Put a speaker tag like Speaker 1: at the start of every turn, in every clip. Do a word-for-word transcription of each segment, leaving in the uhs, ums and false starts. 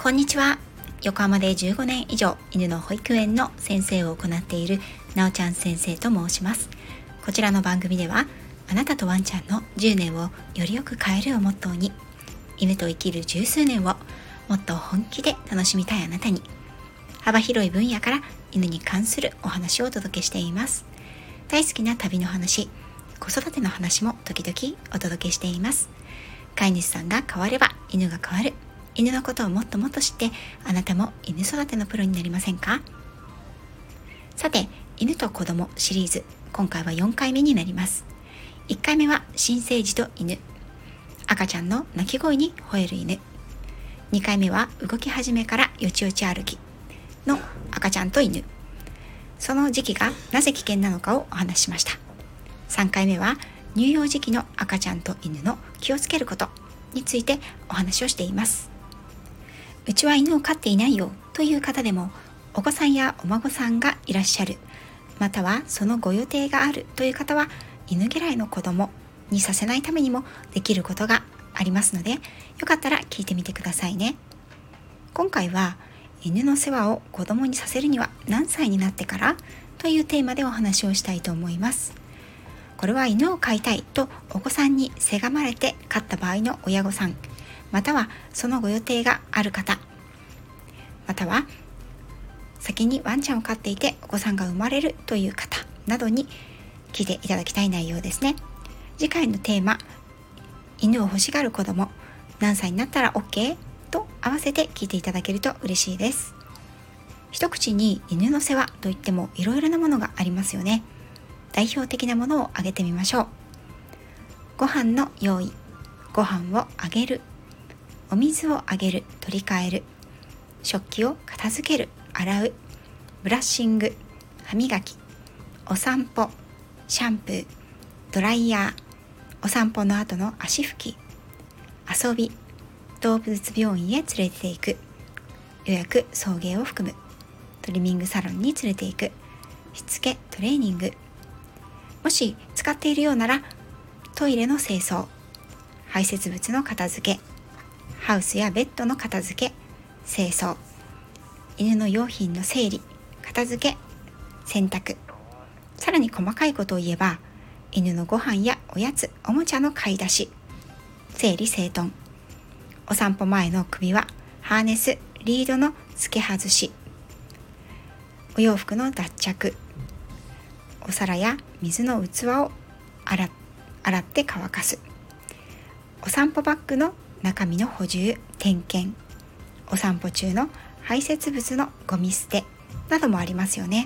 Speaker 1: こんにちは。横浜でじゅうごねん以上犬の保育園の先生を行っているなおちゃん先生と申します。こちらの番組では、あなたとワンちゃんのじゅうねんをよりよく変えるをモットーに、犬と生きる十数年をもっと本気で楽しみたいあなたに、幅広い分野から犬に関するお話をお届けしています。大好きな旅の話、子育ての話も時々お届けしています。飼い主さんが変われば犬が変わる。犬のことをもっともっと知って、あなたも犬育てのプロになりませんか？さて、犬と子供シリーズ、今回はよんかいめになります。いっかいめは新生児と犬、赤ちゃんの鳴き声に吠える犬。にかいめは動き始めからよちよち歩きの赤ちゃんと犬、その時期がなぜ危険なのかをお話ししました。さんかいめは乳幼児期の赤ちゃんと犬の気をつけることについてお話をしています。うちは犬を飼っていないよという方でも、お子さんやお孫さんがいらっしゃる、またはそのご予定があるという方は、犬嫌いの子供にさせないためにもできることがありますので、よかったら聞いてみてくださいね。今回は犬の世話を子供にさせるには何歳になってからというテーマでお話をしたいと思います。これは犬を飼いたいとお子さんにせがまれて飼った場合の親御さん、またはそのご予定がある方、または先にワンちゃんを飼っていてお子さんが生まれるという方などに聞いていただきたい内容ですね。次回のテーマ、犬を欲しがる子供何歳になったら OK？ と合わせて聞いていただけると嬉しいです。一口に犬の世話といってもいろいろなものがありますよね。代表的なものを挙げてみましょう。ご飯の用意、ご飯をあげる、お水をあげる、取り替える、食器を片付ける、洗う、ブラッシング、歯磨き、お散歩、シャンプー、ドライヤー、お散歩の後の足拭き、遊び、動物病院へ連れて行く、予約送迎を含む、トリミングサロンに連れて行く、しつけトレーニング、もし使っているようならトイレの清掃、排泄物の片付け、ハウスやベッドの片付け、清掃、犬の用品の整理、片付け、洗濯、さらに細かいことを言えば、犬のご飯やおやつ、おもちゃの買い出し、整理整頓、お散歩前の首輪、ハーネス、リードの付け外し、お洋服の脱着、お皿や水の器を洗っ、洗って乾かす、お散歩バッグの中身の補充、点検、お散歩中の排泄物のゴミ捨てなどもありますよね。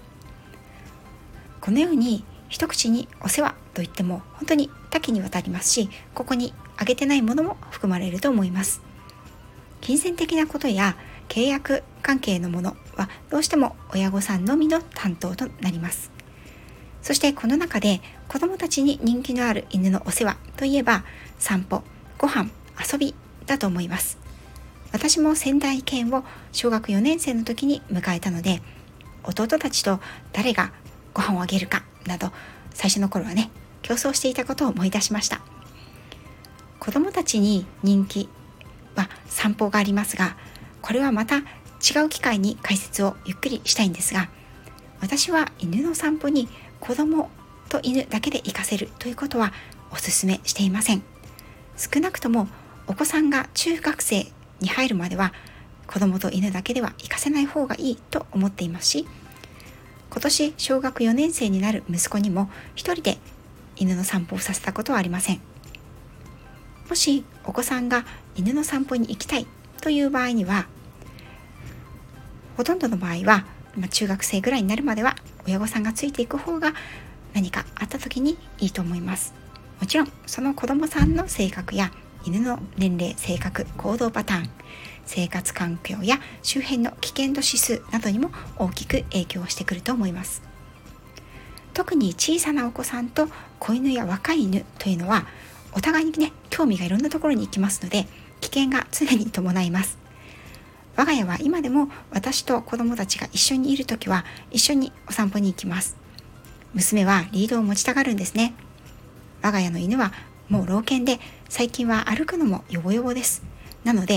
Speaker 1: このように一口にお世話といっても本当に多岐にわたりますし、ここに挙げてないものも含まれると思います。金銭的なことや契約関係のものはどうしても親御さんのみの担当となります。そしてこの中で子どもたちに人気のある犬のお世話といえば、散歩、ご飯、遊びだと思います。私も仙台犬を小学よねん生の時に迎えたので、弟たちと誰がご飯をあげるかなど、最初の頃はね、競争していたことを思い出しました。子どもたちに人気は散歩がありますが、これはまた違う機会に解説をゆっくりしたいんですが、私は犬の散歩に子どもと犬だけで行かせるということはお勧めしていません。少なくともお子さんが中学生に入るまでは子供と犬だけでは行かせない方がいいと思っていますし、今年小学よねん生になる息子にも一人で犬の散歩をさせたことはありません。もしお子さんが犬の散歩に行きたいという場合には、ほとんどの場合は、まあ、中学生ぐらいになるまでは親御さんがついていく方が何かあった時にいいと思います。もちろんその子供さんの性格や犬の年齢、性格、行動パターン、生活環境や周辺の危険度指数などにも大きく影響してくると思います。特に小さなお子さんと子犬や若い犬というのはお互いにね、興味がいろんなところに行きますので、危険が常に伴います。我が家は今でも私と子供たちが一緒にいるときは一緒にお散歩に行きます。娘はリードを持ちたがるんですね。我が家の犬はもう老犬で、最近は歩くのもヨボヨボです。なので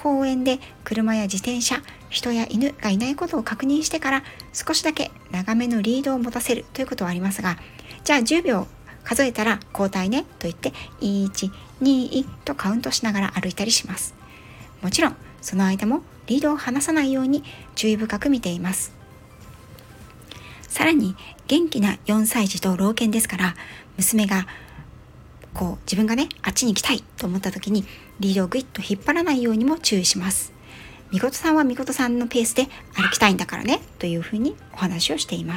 Speaker 1: 公園で車や自転車、人や犬がいないことを確認してから少しだけ長めのリードを持たせるということはありますが、じゃあじゅうびょう数えたら交代ねと言っていち、にとカウントしながら歩いたりします。もちろんその間もリードを離さないように注意深く見ています。さらに元気なよんさい児と老犬ですから、娘がこう自分がねあっちに行きたいと思った時にリードをグイッと引っ張らないようにも注意します。みことさんはみことさんのペースで歩きたいんだからねというふうにお話をしています。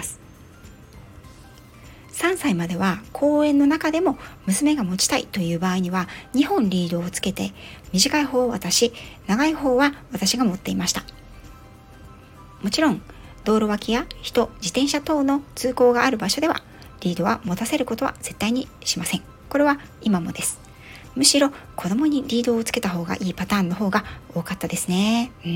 Speaker 1: さんさいまでは公園の中でも娘が持ちたいという場合にはにほんリードをつけて、短い方を私、長い方は私が持っていました。もちろん道路脇や人、自転車等の通行がある場所ではリードは持たせることは絶対にしません。これは今もです。むしろ子供にリードをつけた方がいいパターンの方が多かったですね。うん、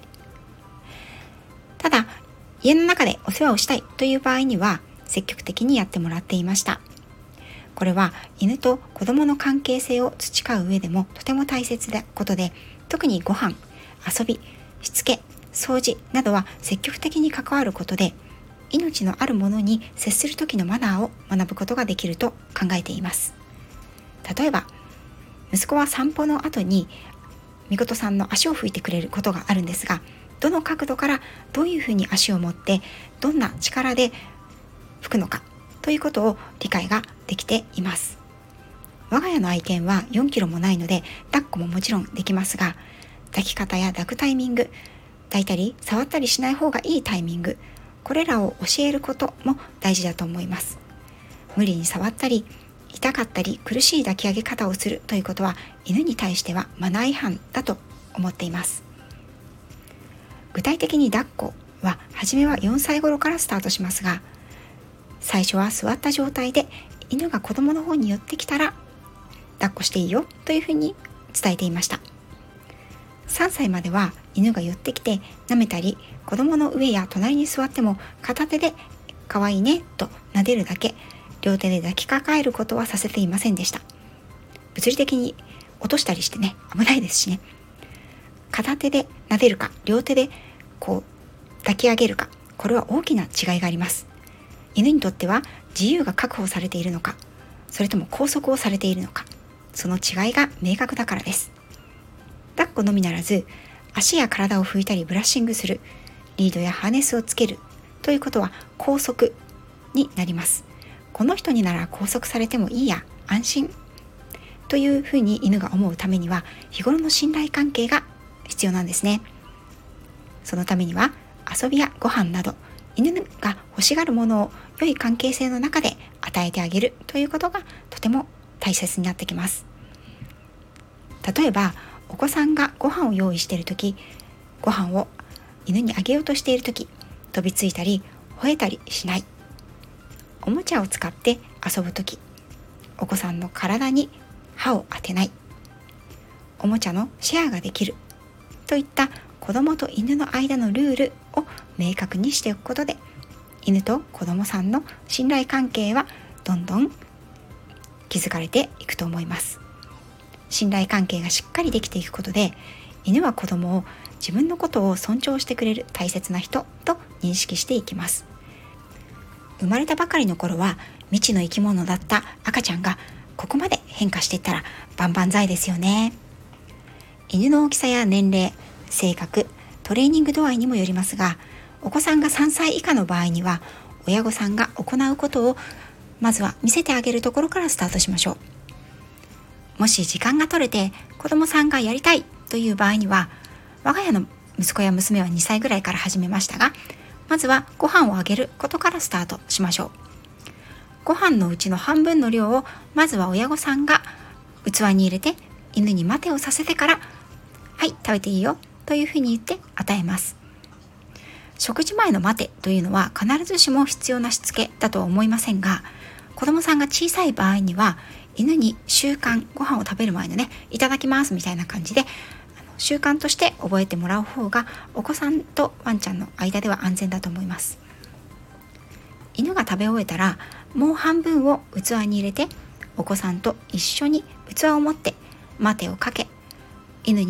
Speaker 1: ただ家の中でお世話をしたいという場合には積極的にやってもらっていました。これは犬と子供の関係性を培う上でもとても大切なことで、特にご飯、遊び、しつけ、掃除などは積極的に関わることで、命のあるものに接する時のマナーを学ぶことができると考えています。例えば息子は散歩の後にみことさんの足を拭いてくれることがあるんですが、どの角度からどういうふうに足を持ってどんな力で拭くのかということを理解ができています。我が家の愛犬はよんキロもないので抱っこももちろんできますが、抱き方や抱くタイミング、抱いたり触ったりしない方がいいタイミング、これらを教えることも大事だと思います。無理に触ったり痛かったり苦しい抱き上げ方をするということは犬に対してはマナー違反だと思っています。具体的に抱っこは初めはよんさい頃からスタートしますが、最初は座った状態で犬が子供の方に寄ってきたら抱っこしていいよというふうに伝えていました。さんさいまでは犬が寄ってきて舐めたり、子供の上や隣に座っても片手で可愛いねと撫でるだけ、両手で抱きかかえることはさせていませんでした。物理的に落としたりしてね、危ないですしね。片手で撫でるか両手でこう抱き上げるか、これは大きな違いがあります。犬にとっては自由が確保されているのか、それとも拘束をされているのか、その違いが明確だからです。抱っこのみならず足や体を拭いたりブラッシングする、リードやハーネスをつけるということは拘束になります。この人になら拘束されてもいいや、安心というふうに犬が思うためには日頃の信頼関係が必要なんですね。そのためには遊びやご飯など犬が欲しがるものを良い関係性の中で与えてあげるということがとても大切になってきます。例えばお子さんがご飯を用意しているとき、ご飯を犬にあげようとしているとき、飛びついたり吠えたりしない。おもちゃを使って遊ぶとき、お子さんの体に歯を当てない。おもちゃのシェアができるといった子供と犬の間のルールを明確にしておくことで、犬と子供さんの信頼関係はどんどん築かれていくと思います。信頼関係がしっかりできていくことで、犬は子供を自分のことを尊重してくれる大切な人と認識していきます。生まれたばかりの頃は未知の生き物だった赤ちゃんがここまで変化していったら万々歳ですよね。犬の大きさや年齢、性格、トレーニング度合いにもよりますが、お子さんがさんさい以下の場合には親御さんが行うことをまずは見せてあげるところからスタートしましょう。もし時間が取れて子供さんがやりたいという場合には、我が家の息子や娘はにさいぐらいから始めましたが、まずはご飯をあげることからスタートしましょう。ご飯のうちの半分の量をまずは親御さんが器に入れて犬に待てをさせてから、はい食べていいよというふうに言って与えます。食事前の待てというのは必ずしも必要なしつけだとは思いませんが、子供さんが小さい場合には犬に習慣、ご飯を食べる前のね、いただきますみたいな感じで習慣として覚えてもらう方がお子さんとワンちゃんの間では安全だと思います。犬が食べ終えたらもう半分を器に入れて、お子さんと一緒に器を持って待てをかけ、犬に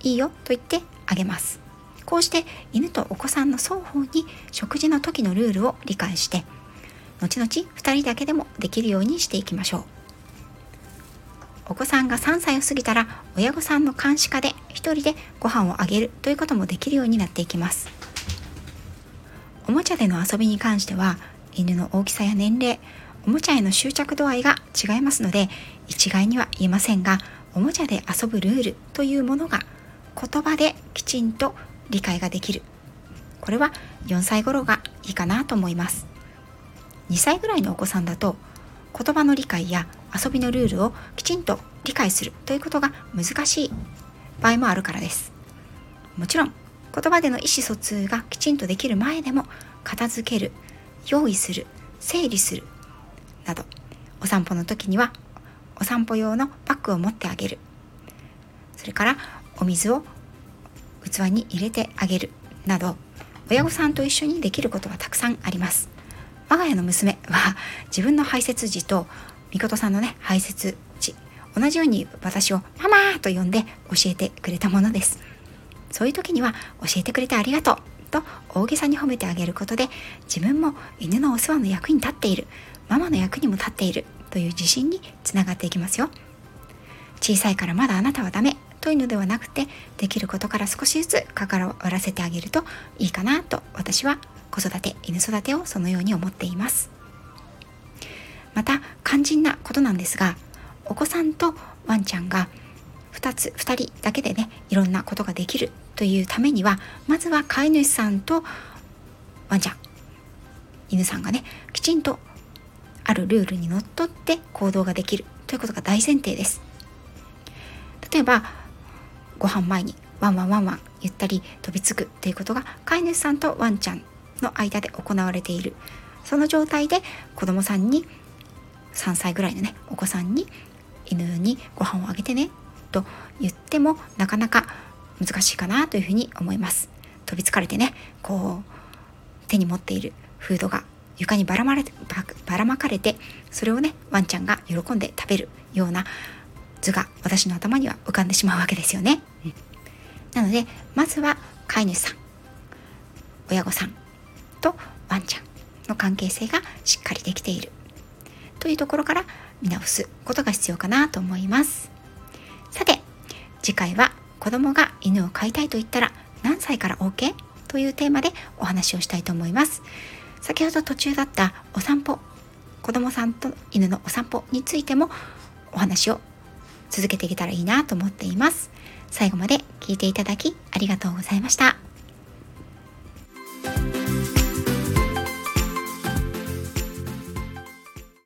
Speaker 1: いいよと言ってあげます。こうして犬とお子さんの双方に食事の時のルールを理解して、後々ふたりだけでもできるようにしていきましょう。お子さんがさんさいを過ぎたら、親御さんの監視下で一人でご飯をあげるということもできるようになっていきます。おもちゃでの遊びに関しては、犬の大きさや年齢、おもちゃへの執着度合いが違いますので、一概には言えませんが、おもちゃで遊ぶルールというものが言葉できちんと理解ができる。これはよんさい頃がいいかなと思います。にさいぐらいのお子さんだと、言葉の理解や遊びのルールをきちんと理解するということが難しい場合もあるからです。もちろん言葉での意思疎通がきちんとできる前でも、片付ける、用意する、整理するなど、お散歩の時にはお散歩用のバッグを持ってあげる、それからお水を器に入れてあげるなど、親御さんと一緒にできることはたくさんあります。我が家の娘は自分の排泄時とみことさんのね排泄時、同じように私をママと呼んで教えてくれたものです。そういう時には、教えてくれてありがとうと大げさに褒めてあげることで、自分も犬のお世話の役に立っている、ママの役にも立っているという自信につながっていきますよ。小さいからまだあなたはダメというのではなくて、できることから少しずつ関わらせてあげるといいかなと、私は子育て、犬育てをそのように思っています。また肝心なことなんですが、お子さんとワンちゃんがふたつふたりだけでね、いろんなことができるというためには、まずは飼い主さんとワンちゃん、犬さんがね、きちんとあるルールにのっとって行動ができるということが大前提です。例えばご飯前にワンワンワンワン言ったり飛びつくということが、飼い主さんとワンちゃんの間で行われている。その状態で子供さんに、さんさいぐらいのねお子さんに、犬にご飯をあげてねと言ってもなかなか難しいかなというふうに思います。飛びつかれてね、こう手に持っているフードが床にばらまれてばらまかれて、それをねワンちゃんが喜んで食べるような図が私の頭には浮かんでしまうわけですよね、うん、なのでまずは飼い主さん、親御さんとワンちゃんの関係性がしっかりできているというところから見直すことが必要かなと思います。さて次回は、子供が犬を飼いたいと言ったら何歳から OK? というテーマでお話をしたいと思います。先ほど途中だったお散歩、子供さんと犬のお散歩についてもお話を続けていけたらいいなと思っています。最後まで聞いていただきありがとうございました。